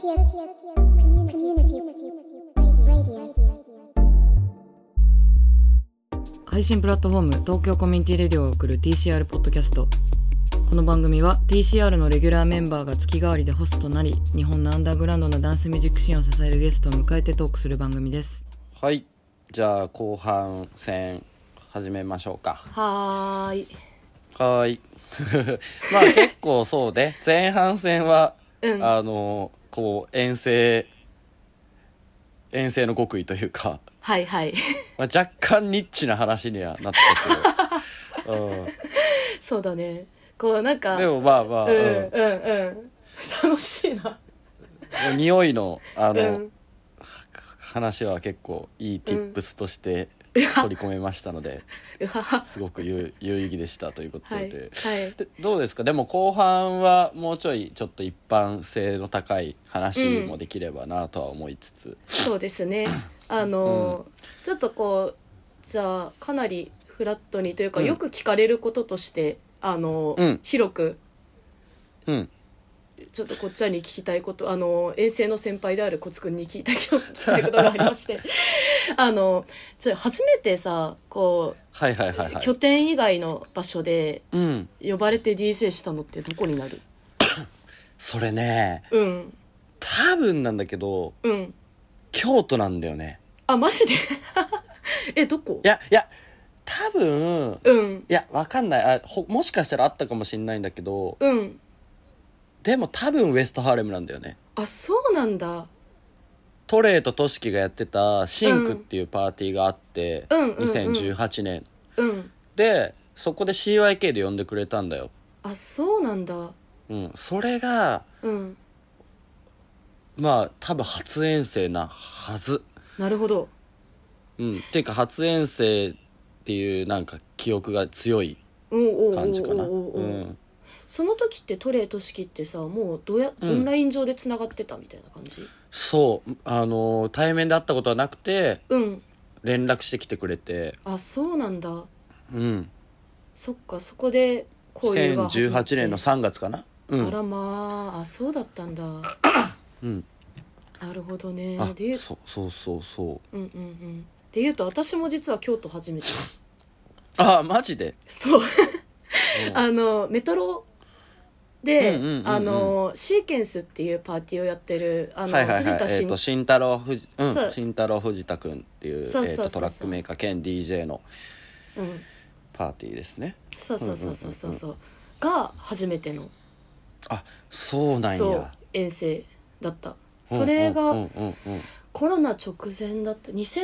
配信プラットフォーム東京コミュニティレディオを送る TCR ポッドキャスト。この番組は TCR のレギュラーメンバーが月替わりでホストとなり、日本のアンダーグラウンドのダンスミュージックシーンを支えるゲストを迎えてトークする番組です。 はい、じゃあ後半戦始めましょうか。 はーいまあ結構そうで前半戦は、こう遠征の極意というか、 はいはいまあ、若干ニッチな話にはなってたけど、 そうだね。こうなんかでもまあまあ、 楽しいな。 匂いの話は結構いい tips として取り込めましたので、すごく有意義でしたということで、はいでどうですか。でも後半はもうちょっと一般性の高い話もできればなとは思いつつ、 そうですね。ちょっとこうじゃあかなりフラットにというか、よく聞かれることとして広く、ちょっとこっちに聞きたいこと、遠征の先輩であるコツくんに聞きたいことがありまして初めてさこう、拠点以外の場所で呼ばれて DJ したのってどこになる？ それね、多分なんだけど、京都なんだよね。 あ、マジでどこ？ いや多分、いやわかんない。もしかしたらあったかもしれないんだけど、でも多分ウエストハーレムなんだよね。 あ、そうなんだ。 トレイとトシキがやってたシンクっていうパーティーがあって、2018年、でそこで CYK で呼んでくれたんだよ。 あ、そうなんだ。 それが、まあ多分初遠征なはず。 なるほど。 っていうか初遠征っていうなんか記憶が強い感じかな。 その時ってトレイとしきってさ、もうオンライン上でつながってたみたいな感じ？ そう対面で会ったことはなくて、連絡してきてくれて。 あ、そうなんだ。そっか、そこで交流が始まって。 2018年の3月かな。 あらまあ、そうだったんだ。なるほどね。そうで言うと私も実は京都初めて。 あ、マジで？ そうメトロで、シーケンスっていうパーティーをやってる藤田慎太郎藤田くんっていうトラックメーカー兼 DJ のパーティーですね。 そうが初めての、 あ、そうなんや。 そう遠征だった。それがコロナ直前だった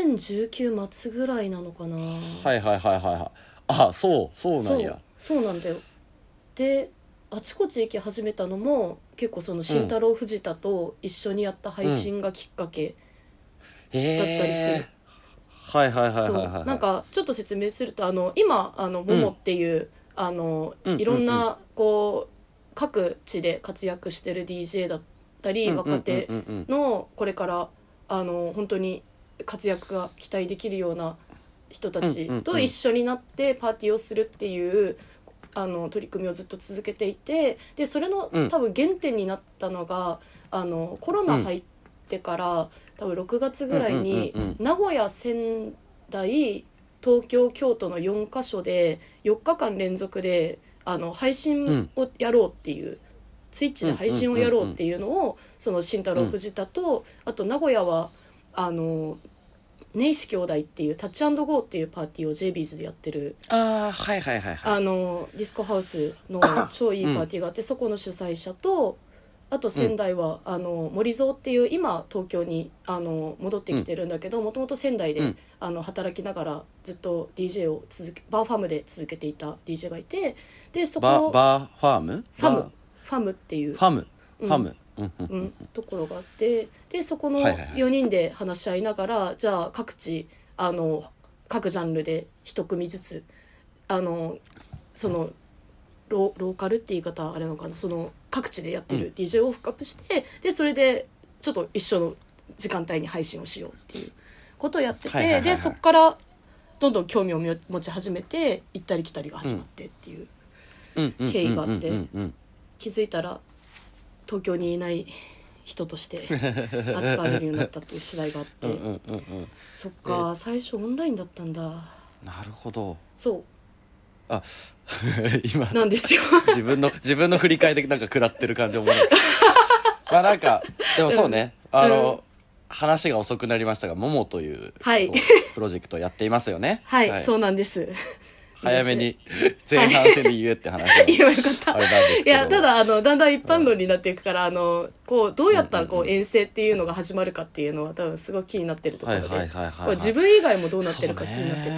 。2019末ぐらいなのかな。あ、そうなんや。そうなんだよ。であちこち行き始めたのも結構その慎太郎藤田と一緒にやった配信がきっかけだったりする。なんかちょっと説明すると今ももっていう、いろんなこう各地で活躍してる DJ だったり、若手のこれから本当に活躍が期待できるような人たちと一緒になってパーティーをするっていう取り組みをずっと続けていて、でそれの多分原点になったのがコロナ入ってから多分6月ぐらいに名古屋、仙台、東京、京都の4カ所で4日間連続で配信をやろうっていう、ツイッチで配信をやろうっていうのをその慎太郎藤田と、あと名古屋は根石兄弟っていうタッチ&ゴーっていうパーティーを JB's でやってる、ディスコハウスの超いいパーティーがあって、そこの主催者と、あと仙台は森蔵っていう今東京に戻ってきてるんだけど、もともと仙台で働きながらずっと DJ をバーファムで続けていた DJ がいて、でそこバーファームファムっていうファムところがあって、でそこの4人で話し合いながら、じゃあ各地各ジャンルで一組ずつそのローカルって言い方あれなのかな、その各地でやってる DJ をフックアップして、でそれでちょっと一緒の時間帯に配信をしようっていうことをやってて、でそこからどんどん興味を持ち始めて、行ったり来たりが始まってっていう経緯があって、気づいたら東京にいない人として扱われるようになったっていう次第があってそっか最初オンラインだったんだ。 なるほど。 そうあ今なんですよ自分の振り返りでなんか食らってる感じ思わないまあなんかでもそうね、話が遅くなりましたが、ももという、 はい、 そうプロジェクトをやっていますよねはい、そうなんです早めに前半戦で言えって話は言えばよかったあれなんですけど、いやただだんだん一般論になっていくから、こうどうやったらこう遠征っていうのが始まるかっていうのは多分すごい気になってるところで、自分以外もどうなってるか気になって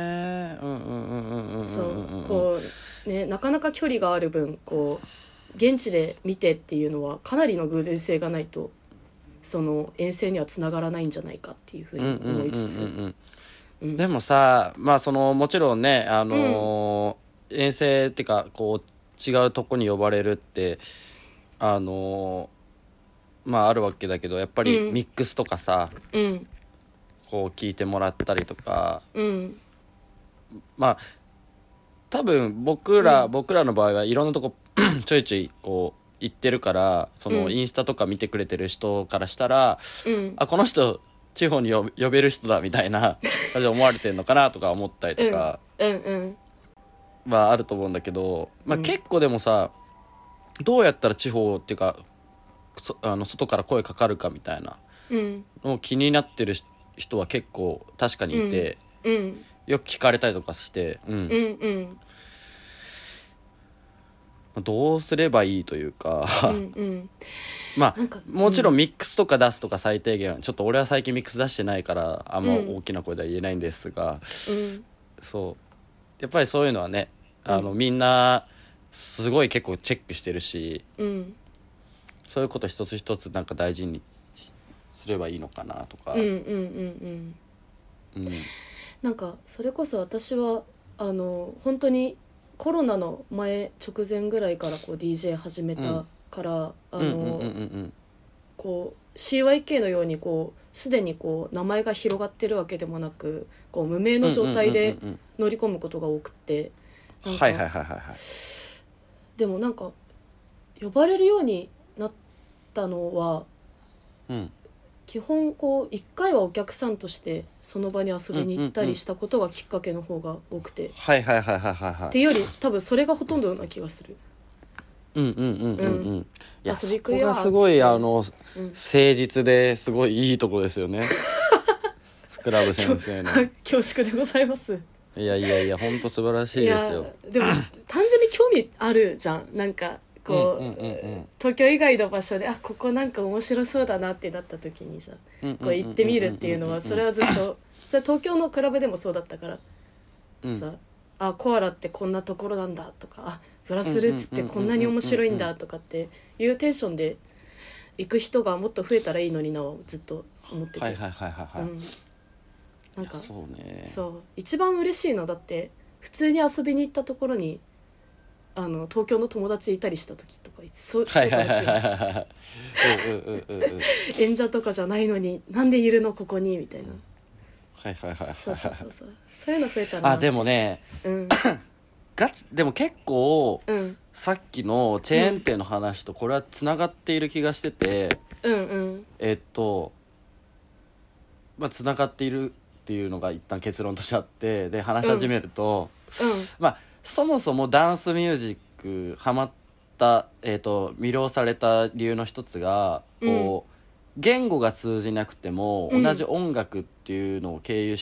て、そうこうね、なかなか距離がある分こう現地で見てっていうのはかなりの偶然性がないとその遠征にはつながらないんじゃないかっていうふうに思いつつ、 でもさ、まあそのもちろんね、遠征っていうかこう違うとこに呼ばれるってまああるわけだけど、やっぱりミックスとかさ、こう聞いてもらったりとか、まあ多分僕らの場合はいろんなとこちょいちょいこう行ってるから、そのインスタとか見てくれてる人からしたら、あこの人地方に呼べる人だみたいな感じで思われてるのかなとか思ったりとかはあると思うんだけど、まあ、結構でもさ、どうやったら地方っていうか外から声かかるかみたいなのを気になってる人は結構確かにいて、よく聞かれたりとかして、どうすればいいというかまあもちろんミックスとか出すとか最低限、ちょっと俺は最近ミックス出してないからあんま大きな声では言えないんですが、そうやっぱりそういうのはね、みんなすごい結構チェックしてるし、そういうこと一つ一つなんか大事にすればいいのかなとか、 なんかそれこそ私は本当にコロナの直前ぐらいからこう DJ 始めたから、こう CYK のようにこうすでにこう名前が広がってるわけでもなく、こう無名の状態で乗り込むことが多くて、でもなんか呼ばれるようになったのは、基本こう一回はお客さんとしてその場に遊びに行ったりしたことがきっかけの方が多くて、っていうより多分それがほとんどな気がする。 いやそこがすごい誠実ですごいいいとこですよねスクラブ先生の恐縮でございます。 いや本当素晴らしいですよ。 でも単純に興味あるじゃん、なんかこう、東京以外の場所でここなんか面白そうだなってなった時にさ、こう行ってみるっていうのはそれはずっとそれ東京のクラブでもそうだったから、さコアラってこんなところなんだとか、グラスルーツってこんなに面白いんだとかっていうテンションで行く人がもっと増えたらいいのになはずっと思ってて、なんかそう一番嬉しいのだって普通に遊びに行ったところに東京の友達いたりした時とか超楽しい演者とかじゃないのになんでいるのここにみたいな、そういうの増えたらでもね、でも結構、さっきのチェーン店の話とこれはつながっている気がしてて、まあつながっているっていうのが一旦結論としてあって、で話し始めると、まあそもそもダンスミュージックハマった、魅了された理由の一つがこう、言語が通じなくても同じ音楽っていうのを経由して、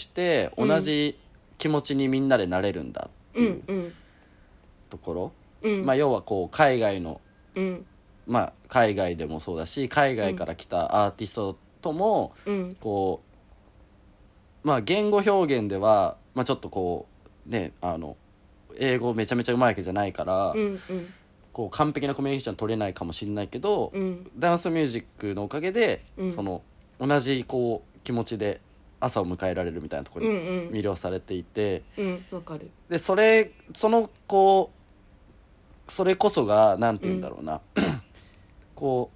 同じ気持ちにみんなでなれるんだっていうところ、まあ要はこう海外の、まあ海外でもそうだし海外から来たアーティストとも、こうまあ言語表現では、まあ、ちょっとこうね英語めちゃめちゃうまいわけじゃないから、こう完璧なコミュニケーション取れないかもしれないけど、ダンスミュージックのおかげで、その同じこう気持ちで朝を迎えられるみたいなところに魅了されていて、 わかる。 でそのこうそれこそがなんて言うんだろうな、こ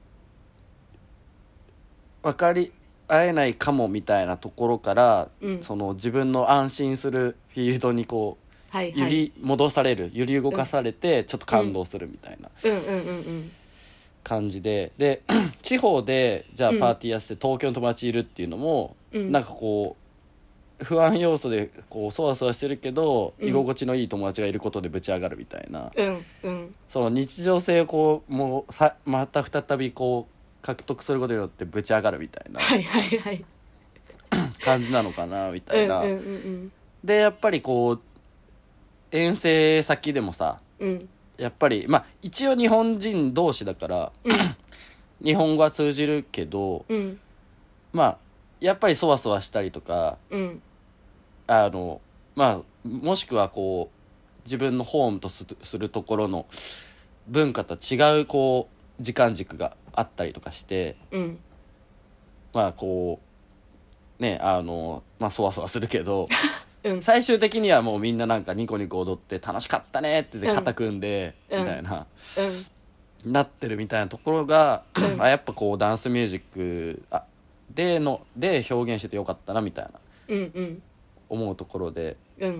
う分かり合えないかもみたいなところから、その自分の安心するフィールドにこう揺り戻される、揺り動かされてちょっと感動するみたいな感じで地方でじゃあパーティーやって東京の友達いるっていうのも、なんかこう不安要素でこうそわそわしてるけど、居心地のいい友達がいることでぶち上がるみたいな、その日常性をこうもうまた再びこう獲得することによってぶち上がるみたいな感じなのかなみたいな。でやっぱりこう遠征先でもさ、やっぱりまあ一応日本人同士だから、日本語は通じるけど、まあやっぱりそわそわしたりとか、まあもしくはこう自分のホームとするところの文化と違うこう時間軸があったりとかして、まあこうねまあそわそわするけど最終的にはもうみんななんかニコニコ踊って楽しかったねって言って肩組んで、みたいな、なってるみたいなところが、やっぱこうダンスミュージックで表現しててよかったなみたいな、思うところで、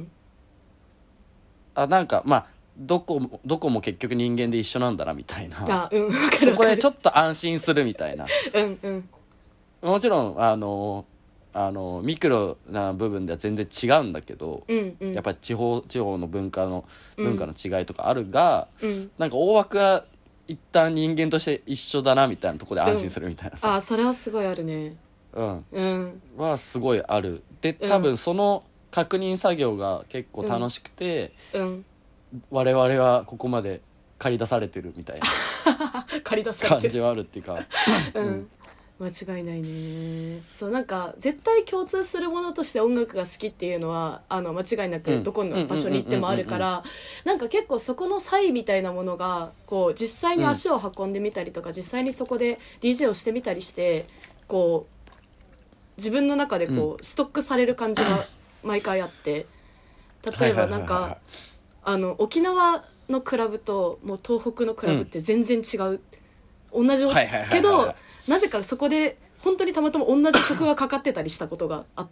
なんかまあどこも結局人間で一緒なんだなみたいな、そこでちょっと安心するみたいな。もちろんミクロな部分では全然違うんだけど、やっぱり地方の文化の違いとかあるが、なんか大枠は一旦人間として一緒だなみたいなところで安心するみたいなさ、 それはすごいあるね。 はすごいある。で多分その確認作業が結構楽しくて、我々はここまで駆り出されてるみたいな感じはあるっていうか、 間違いないね。そうなんか絶対共通するものとして音楽が好きっていうのは間違いなくどこの場所に行ってもあるから、なんか結構そこの差異みたいなものがこう実際に足を運んでみたりとか、実際にそこで DJ をしてみたりしてこう自分の中でこうストックされる感じが毎回あって、例えばなんか沖縄のクラブともう東北のクラブって全然違う、同じけどなぜかそこで本当にたまたま同じ曲がかかってたりしたことがあって、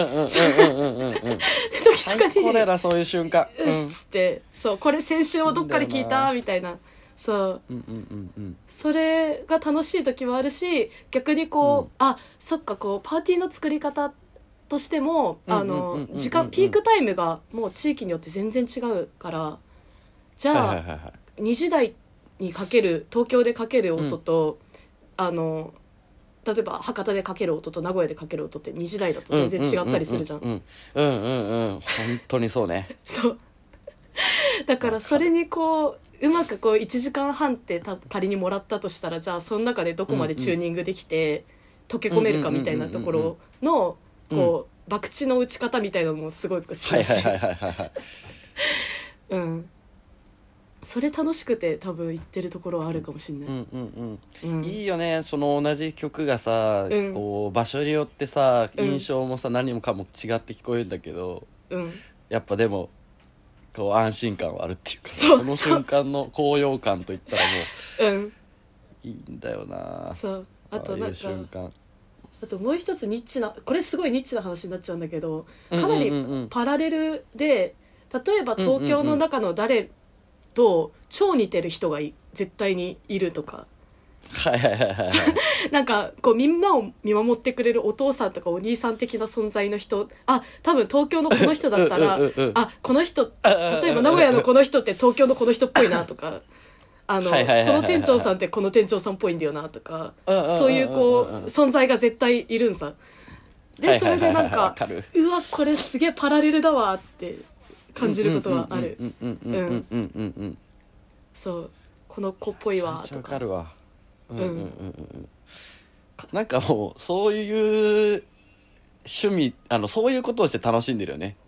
最高だよなそういう瞬間。 そうこれ先週はどっかで聞いたみたいな、そう、それが楽しい時もあるし、逆にこう、そっかこうパーティーの作り方としても時間ピークタイムがもう地域によって全然違うから、じゃあ2時台にかける東京でかける音と、例えば博多でかける音と名古屋でかける音って2時台だと全然違ったりするじゃん。 本当にそうね。 そうだからそれにこううまくこう1時間半って仮にもらったとしたら、じゃあその中でどこまでチューニングできて溶け込めるかみたいなところのこう博打の打ち方みたいなのもすごく好きだし、それ楽しくて多分言ってるところはあるかもしれない。 いいよね、その同じ曲がさ、こう場所によってさ印象もさ、何もかも違って聞こえるんだけど、やっぱでもこう安心感はあるっていうか、その瞬間の高揚感といったらもう、いいんだよな。 そうあとなんか瞬間、 あともう一つニッチな、これすごいニッチな話になっちゃうんだけど、かなりパラレルで、例えば東京の中の誰と超似てる人が絶対にいるとか、なんかこうみんなを見守ってくれるお父さんとかお兄さん的な存在の人、多分東京のこの人だったらこの人、例えば名古屋のこの人って東京のこの人っぽいなとか、この店長さんってこの店長さんっぽいんだよなとか、そういうこう存在が絶対いるんさ。でそれでなんかうわこれすげえパラレルだわって感じることはある。そうこの子っぽいわとか。 わかるわ。なんかもうそういう趣味そういうことをして楽しんでるよね。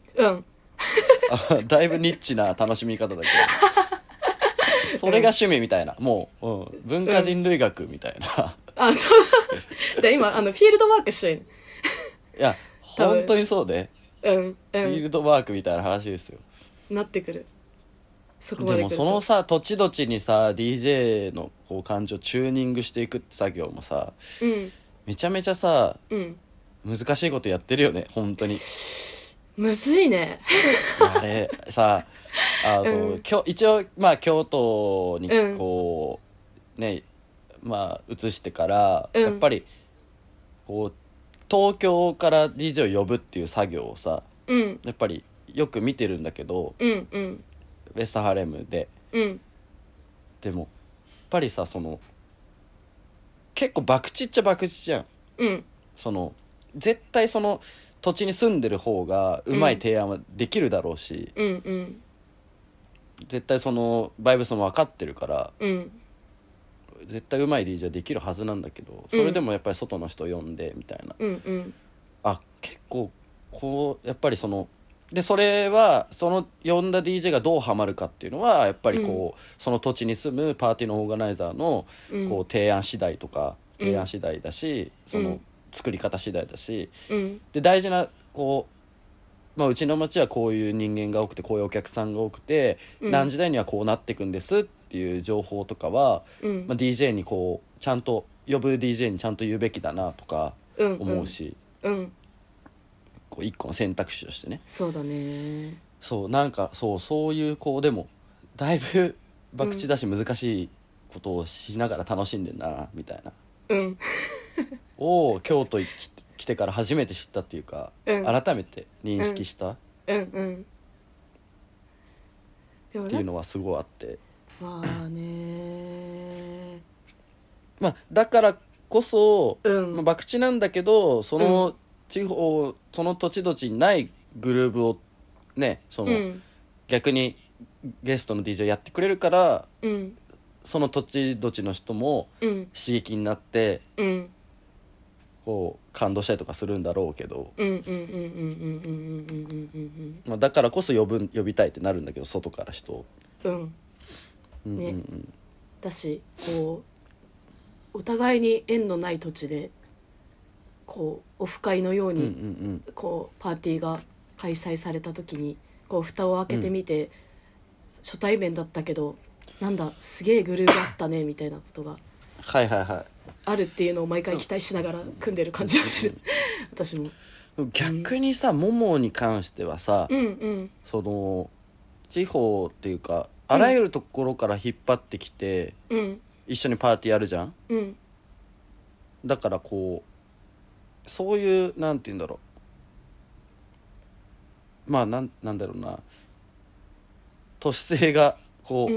だいぶニッチな楽しみ方だけどそれが趣味みたいな、もう、文化人類学みたいな、 そうそうで今フィールドワークしてるいや本当にそうで、フィールドワークみたいな話ですよ。 なってくる。そこまで来ると。 でもそのさ土地土地にさ DJ のこう感情チューニングしていくって作業もさ、めちゃめちゃさ、難しいことやってるよね本当に。 むずいねあれさ一応まあ京都にこうねまあ移してから、 うんやっぱりこう東京から DJ を呼ぶっていう作業をさ、 うんやっぱりよく見てるんだけど、 うんうんウェストハーレムで。 うんでもやっぱりさ、その結構博打っちゃ博打じゃん。 うんその絶対その土地に住んでる方がうまい提案はできるだろうし、 うんうん絶対そのバイブスも分かってるからうん絶対うまい DJ できるはずなんだけど、それでもやっぱり外の人呼んでみたいな、 うんうんあ結構こうやっぱりそのでそれはその呼んだ DJ がどうハマるかっていうのはやっぱりこう、その土地に住むパーティーのオーガナイザーのこう提案次第とか、提案次第だし、その作り方次第だし、で大事なこう、まあ、うちの町はこういう人間が多くてこういうお客さんが多くて、何時代にはこうなっていくんですっていう情報とかは、まあ、DJ にこうちゃんと呼ぶ DJ にちゃんと言うべきだなとか思うし、こう一個の選択肢としてね。 そうだね。 そうなんかそういうこうでもだいぶ博打だし難しいことをしながら楽しんでんだなみたいな、を京都来てから初めて知ったっていうか、改めて認識した、 でもっていうのはすごいあって、 まあねまあだからこそ、まあ、博打なんだけどその地方、その土地土地にないグルーブをねその、逆にゲストの DJ やってくれるから、その土地土地の人も刺激になって、こう感動したりとかするんだろうけど、だからこそ呼びたいってなるんだけど外から人を。 ね、だしこうお互いに縁のない土地でこうオフ会のようにこうパーティーが開催された時にこう蓋を開けてみて、初対面だったけどなんだすげえグルーヴあったねみたいなことがあるっていうのを毎回期待しながら組んでる感じがする私も。 逆にさ、ももに関してはさ、その地方っていうかあらゆるところから引っ張ってきて、一緒にパーティーやるじゃん、だからこうそういうなんて言うんだろう、まあなんだろうな、都市性がこ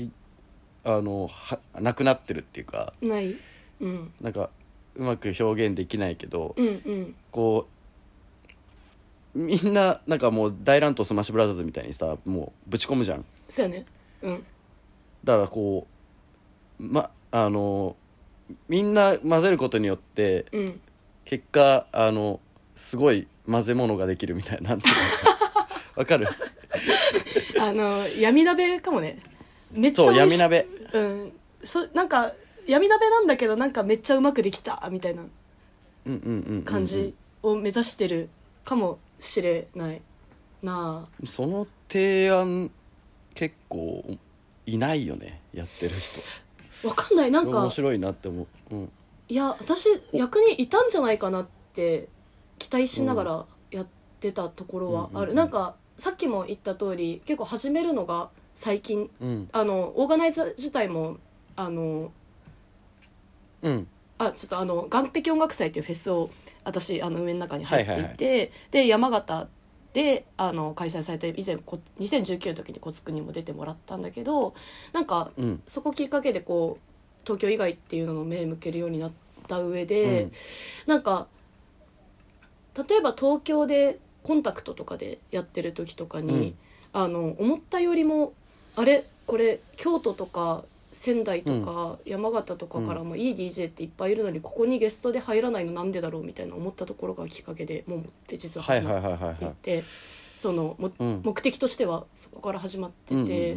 う、なくなってるっていうか、なんかうまく表現できないけど、こうみんななんかもう大乱闘スマッシュブラザーズみたいにさもうぶち込むじゃん。 そうやね。 だからこうみんな混ぜることによって、結果すごい混ぜ物ができるみたいな、なんていうのわかる闇鍋かもね。めっちゃそう闇鍋、 なんか闇鍋なんだけどなんかめっちゃうまくできたみたいな感じを目指してるかもしれないなあ。 その提案結構いないよね、やってる人。 わかんない、なんか面白いなって思う、 いや私逆にいたんじゃないかなって期待しながらやってたところはある、なんかさっきも言った通り結構始めるのが最近、オーガナイザー自体もちょっと岸壁音楽祭っていうフェスを私上の中に入っていて、で山形で開催されて以前2019の時にコツくんにも出てもらったんだけど、なんか、そこきっかけでこう東京以外っていうのの目向けるようになった上で、なんか例えば東京でコンタクトとかでやってる時とかに、思ったよりもあれこれ京都とか仙台とか山形とかからもいい DJ っていっぱいいるのに、ここにゲストで入らないのなんでだろうみたいな思ったところがきっかけでももって実は始まっていて、その目的としてはそこから始まってて、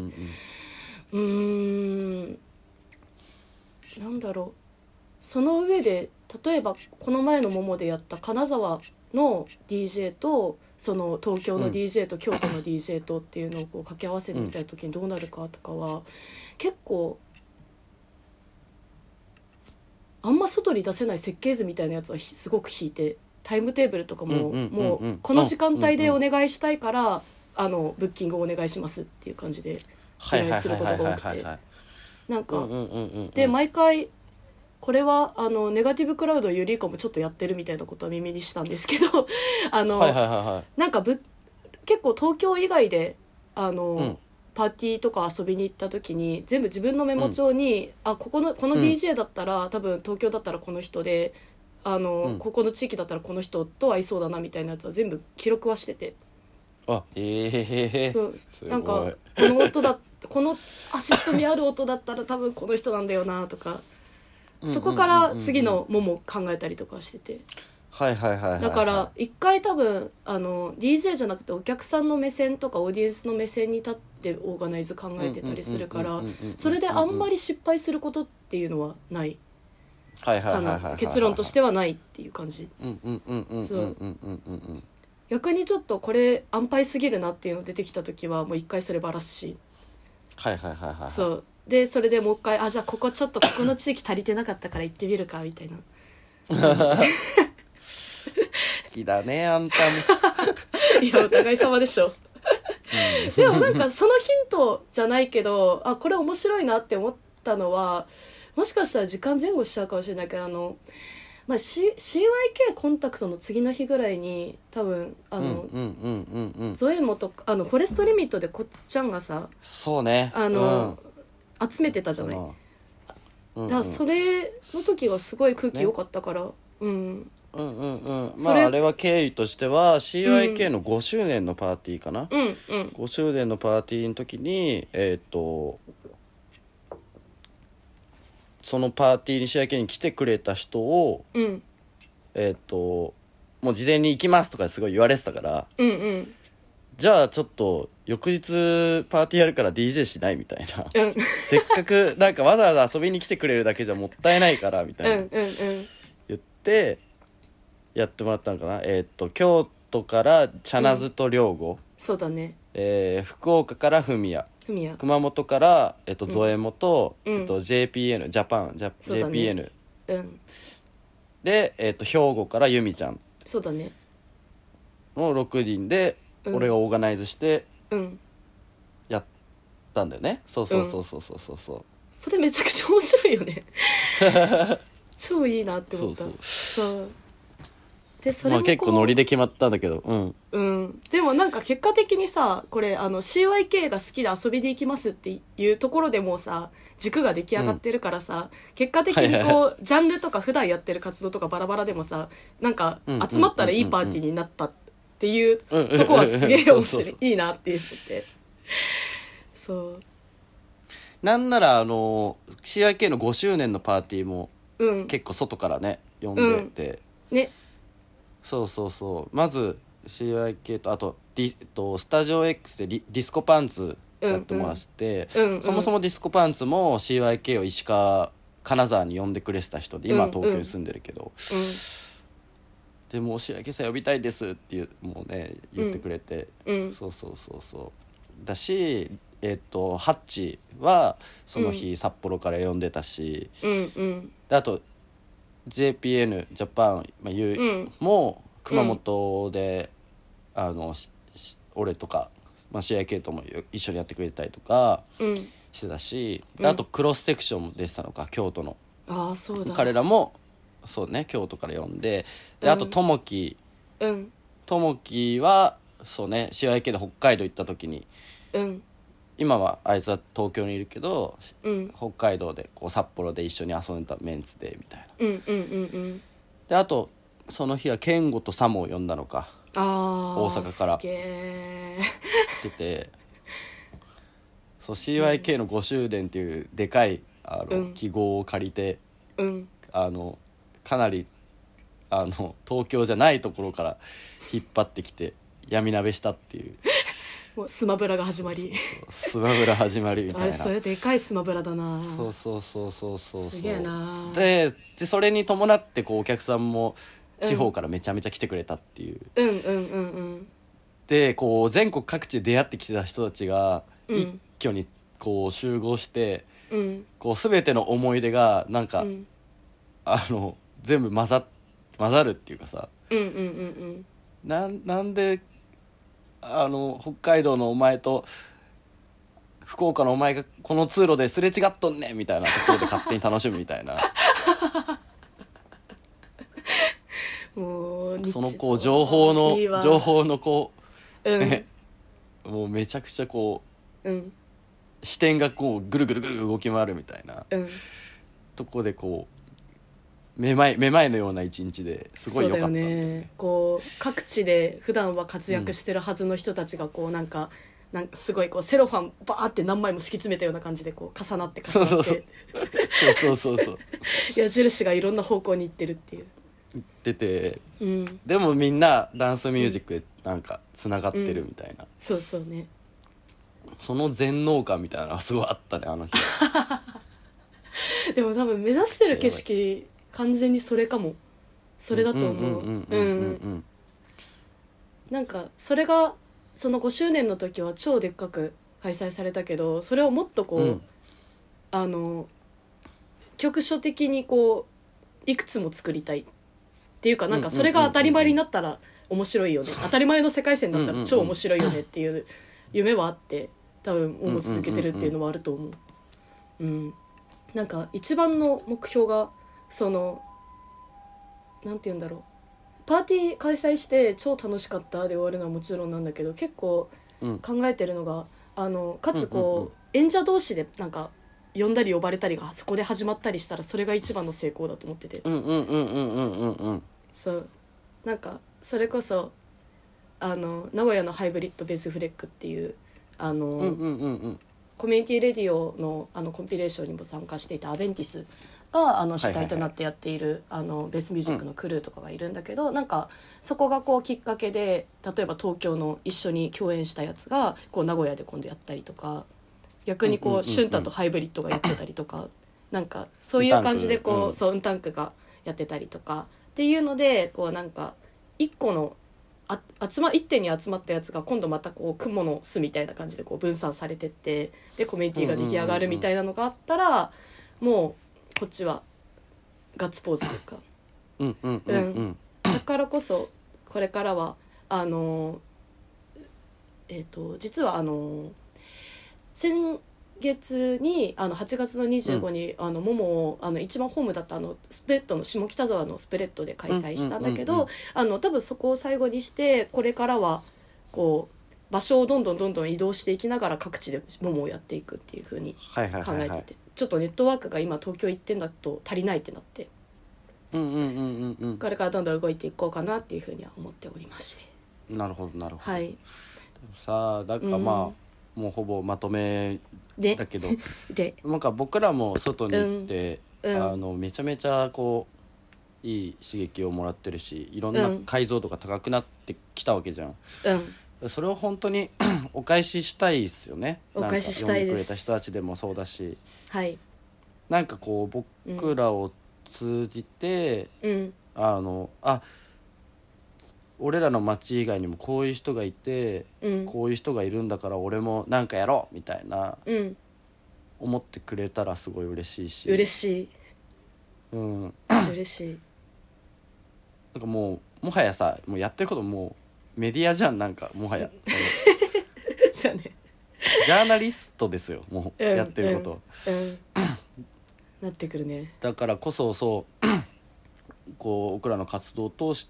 なんだろう、その上で例えばこの前のモモでやった金沢の DJ とその東京の DJ と京都の DJ とっていうのをこう掛け合わせてみたい時にどうなるかとかは結構あんま外に出せない設計図みたいなやつはすごく引いて、タイムテーブルとかももうこの時間帯でお願いしたいからブッキングをお願いしますっていう感じで依頼することが多くて、 なんか、で毎回これはネガティブクラウドよりかもちょっとやってるみたいなことは耳にしたんですけどなんか結構東京以外でパーティーとか遊びに行った時に全部自分のメモ帳に、この DJ だったら、多分東京だったらこの人でここの地域だったらこの人と合いそうだなみたいなやつは全部記録はしてて、そうなんかこの音だこのアシット味ある音だったら多分この人なんだよなとか、そこから次のもも考えたりとかしてて、だから一回多分DJ じゃなくてお客さんの目線とかオーディエンスの目線に立ってオーガナイズ考えてたりするから、それであんまり失敗することっていうのはないかな、結論としてはないっていう感じ。逆にちょっとこれ安牌すぎるなっていうの出てきた時はもう一回それバラすし、そうでそれでもう一回じゃあここちょっとここの地域足りてなかったから行ってみるかみたいな好きだねあんたもいやお互い様でしょでもなんかそのヒントじゃないけどこれ面白いなって思ったのは、もしかしたら時間前後しちゃうかもしれないけどCYK コンタクトの次の日ぐらいに多分ゾエモとかフォレストリミットでこっちゃんがさそうね集めてたじゃない、だからそれの時はすごい空気良かったから、 あれは経緯としては CYK の5周年のパーティーかな、5周年のパーティーの時にそのパーティーにCYKに来てくれた人を、もう事前に行きますとかすごい言われてたから、じゃあちょっと翌日パーティーやるから DJ しないみたいな、せっかくなんかわざわざ遊びに来てくれるだけじゃもったいないからみたいな言ってやってもらったのかな。京都からチャナズと良吾、 そうだね、 福岡からフミヤ、熊本から、ゾエモと、JPN ジャパンJPN、で、兵庫からユミちゃん、 そうだねの6人で、俺がオーガナイズしてやったんだよね。そう、 それめちゃくちゃ面白いよね超いいなって思った。そうでそれも結構ノリで決まったんだけど、 でもなんか結果的にさ、これCYK が好きで遊びで行きますっていうところでもうさ軸が出来上がってるからさ、結果的にこうジャンルとか普段やってる活動とかバラバラでもさ、なんか集まったらいいパーティーになったっていうとこはすげえ面白いいいなって言ってて、そうなんならCYK の5周年のパーティーも結構外からね呼んでて、 ね、 そうまず CYK とあとスタジオ X でディスコパンツやってもらって、そもそもディスコパンツも CYK を石川金沢に呼んでくれてた人で、今東京に住んでるけど、でもう CYK さん呼びたいですってもうね言ってくれて、そうだしハッチはその日札幌から呼んでたし、であと JPN ジャパン、も熊本で、俺とか、CIK とも一緒にやってくれたりとかしてたし、あとクロスセクションも出てたのか、京都の。 そうだ、 彼らもそうね京都から呼んで、あとともきはそうね CIK で北海道行った時に、今はあいつは東京にいるけど、北海道でこう札幌で一緒に遊んでたメンツでみたいな、であとその日は健吾とサモを呼んだのか、大阪から来てて、そう CYK の5周年っていうでかい記号を借りて、かなり東京じゃないところから引っ張ってきて闇鍋したっていうもうスマブラが始まりスマブラ始まりみたいな。 あれそれでかいスマブラだな。 そうすげえな。 でそれに伴ってこうお客さんも地方からめちゃめちゃ来てくれたっていう、でこう全国各地で出会ってきてた人たちが一挙にこう集合して、こう全ての思い出がなんか、全部混ざるっていうかさ、なんで北海道のお前と福岡のお前がこの通路ですれ違っとんねんみたいなところで勝手に楽しむみたいなもうそのこう情報のこう、 うん、 もうめちゃくちゃこう、うん、 視点がこうぐるぐるぐる動き回るみたいな、 うん、 とこでこうめまいのような一日ですごい良かったんだよね。 こう各地で普段は活躍してるはずの人たちがこうなんかすごいこうセロファンバーって何枚も敷き詰めたような感じでこう重なってそう矢印がいろんな方向に行ってるっていう言ってて、 うん、 でもみんなダンスミュージックでなんかつながってるみたいな、 そうそうね、 その全能感みたいなのがすごいあったねあの日でも多分目指してる景色完全にそれかも、それだと思う。なんかそれがその5周年の時は超でっかく開催されたけど、それをもっとこう、局所的にこういくつも作りたいっていうか、なんかそれが当たり前になったら面白いよね、当たり前の世界線だったら超面白いよねっていう夢はあって、多分思い続けてるっていうのはあると思う。うん、なんか一番の目標がそのなんて言うんだろう、パーティー開催して超楽しかったで終わるのはもちろんなんだけど、結構考えてるのが、かつこう、演者同士でなんか呼んだり呼ばれたりがそこで始まったりしたら、それが一番の成功だと思ってて、そうなんかそれこそ名古屋のハイブリッドベースフレックっていうコミュニティレディオのコンピレーションにも参加していたアベンティスが主体となってやっている、ベースミュージックのクルーとかがいるんだけど、なんかそこがこうきっかけで、例えば東京の一緒に共演したやつがこう名古屋で今度やったりとか、逆にこうシュンタとハイブリッドがやってたりとか、なんかそういう感じでこうそうウンタンクがやってたりとかっていうので、こうなんか一個の一点に集まったやつが今度またこう雲の巣みたいな感じでこう分散されてって、でコミュニティが出来上がるみたいなのがあったら、もうこっちはガッツポーズというか、だからこそこれからは実は先月に8月の25に、モモを一番ホームだったスプレッドの下北沢のスプレッドで開催したんだけど、多分そこを最後にして、これからはこう場所をどんどん移動していきながら各地でモモをやっていくっていう風に考えてて、ちょっとネットワークが今東京1点だと足りないってなって、これからどんどん動いていこうかなっていう風には思っておりまして。 なるほどなるほど。 はい。 でもさ、だからもうほぼまとめだけどなんか僕らも外に行って、めちゃめちゃこういい刺激をもらってるし、いろんな解像度が高くなってきたわけじゃん、それを本当にお返ししたいですよね。 お返ししたいです。 読んでくれた人たちでもそうだし、 はい、 なんかこう僕らを通じて、俺らの町以外にもこういう人がいて、こういう人がいるんだから俺もなんかやろうみたいな、思ってくれたらすごい嬉しいし、 嬉しい、嬉しい。 なんかもはやさ、もうやってることもうメディアじゃん、なんかもはやそうね、 ジャーナリストですよ、もうやってること、 なってくるね。 だからこそそうこう僕らの活動を通して、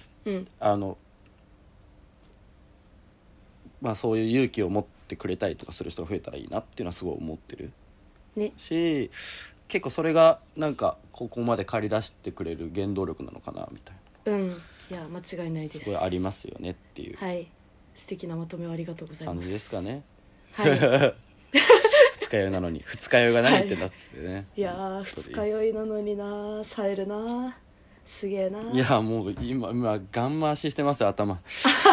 そういう勇気を持ってくれたりとかする人が増えたらいいなっていうのはすごい思ってる、し、結構それがなんかここまで駆り出してくれる原動力なのかなみたいな、 いや間違いないです。 すごいありますよねっていう、 素敵なまとめをありがとうございます。 感じですかね。二日酔いなのに二日酔いが何ってなってね、 いや二日酔いなのにな、冴えるな、すげえな。 いやもう今ガン回ししてますよ頭こ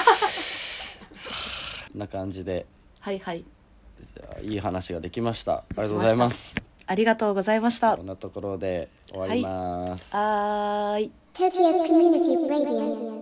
んな感じで、じゃあいい話ができました。ありがとうございます。 ありがとうございました。 こんなところで終わります。 はい。 Tokyo Community Radio